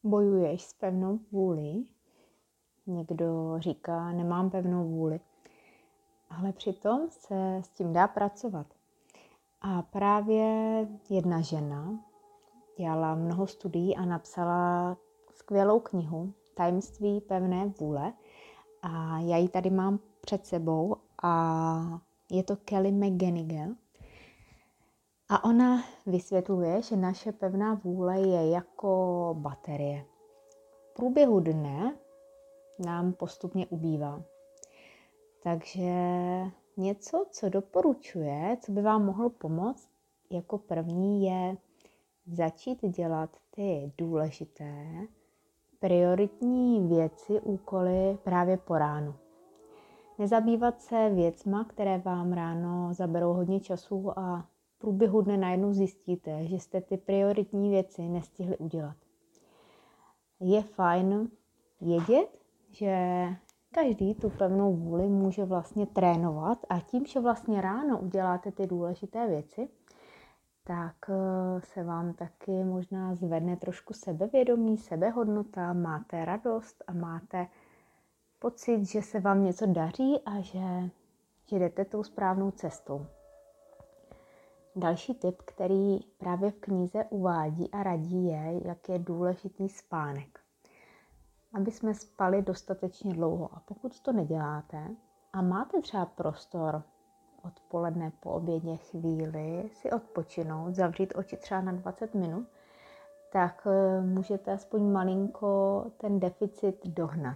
Bojuješ s pevnou vůli. Někdo říká, nemám pevnou vůli. Ale přitom se s tím dá pracovat. A právě jedna žena dělala mnoho studií a napsala skvělou knihu Tajemství pevné vůle. A já ji tady mám před sebou a je to Kelly McGonigal. A ona vysvětluje, že naše pevná vůle je jako baterie. V průběhu dne nám postupně ubývá. Takže něco, co doporučuje, co by vám mohlo pomoct, jako první je začít dělat ty důležité, prioritní věci, úkoly právě po ránu. Nezabývat se věcma, které vám ráno zaberou hodně času a v průběhu dne najednou zjistíte, že jste ty prioritní věci nestihli udělat. Je fajn vědět, že každý tu pevnou vůli může vlastně trénovat a tím, že vlastně ráno uděláte ty důležité věci, tak se vám taky možná zvedne trošku sebevědomí, sebehodnota, máte radost a máte pocit, že se vám něco daří a že jdete tou správnou cestou. Další tip, který právě v knize uvádí a radí je, jak je důležitý spánek. Aby jsme spali dostatečně dlouho. A pokud to neděláte a máte třeba prostor odpoledne po obědě chvíli si odpočinout, zavřít oči třeba na 20 minut, tak můžete aspoň malinko ten deficit dohnat.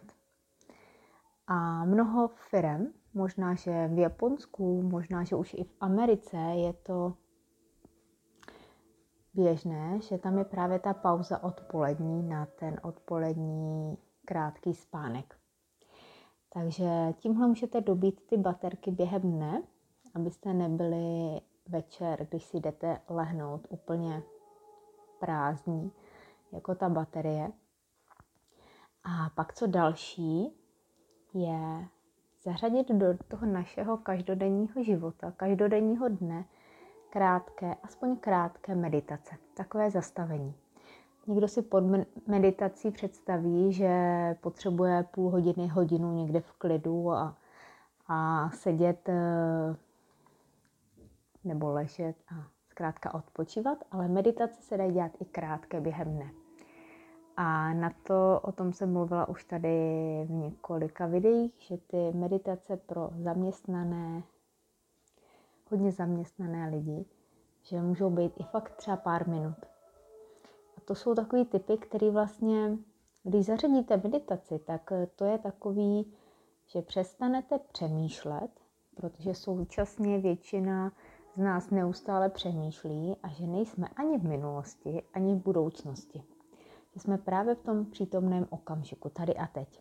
A mnoho firem, možná, že v Japonsku, možná, že už i v Americe je to běžné, že tam je právě ta pauza odpolední na ten odpolední krátký spánek. Takže tímhle můžete dobít ty baterky během dne, abyste nebyli večer, když si jdete lehnout úplně prázdní, jako ta baterie. A pak co další je zařadit do toho našeho každodenního života, každodenního dne aspoň krátké meditace, takové zastavení. Někdo si pod meditací představí, že potřebuje půl hodiny, hodinu někde v klidu a sedět nebo ležet a zkrátka odpočívat, ale meditace se dá dělat i krátké během dne. A o tom jsem mluvila už tady v několika videích, že ty meditace pro hodně zaměstnané lidi, že můžou být i fakt třeba pár minut. A to jsou takový typy, které vlastně, když zařadíte meditaci, tak to je takový, že přestanete přemýšlet, protože současně většina z nás neustále přemýšlí a že nejsme ani v minulosti, ani v budoucnosti. Že jsme právě v tom přítomném okamžiku, tady a teď.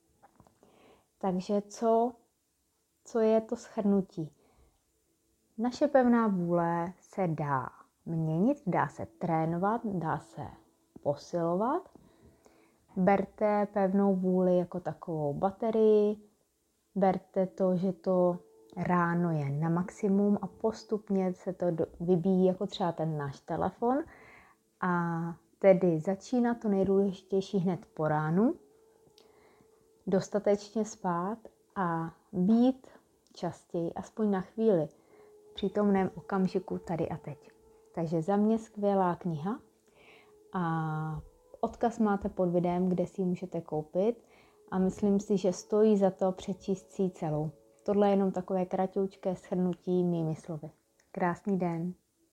Takže co je to shrnutí? Naše pevná vůle se dá měnit, dá se trénovat, dá se posilovat. Berte pevnou vůli jako takovou baterii, berte to, že to ráno je na maximum a postupně se to vybíjí jako třeba ten náš telefon a tedy začíná to nejdůležitější hned po ránu, dostatečně spát a být častěji, aspoň na chvíli, v přítomném okamžiku tady a teď. Takže za mě skvělá kniha a odkaz máte pod videem, kde si ji můžete koupit a myslím si, že stojí za to přečíst si ji celou. Tohle je jenom takové kratoučké shrnutí mými slovy. Krásný den.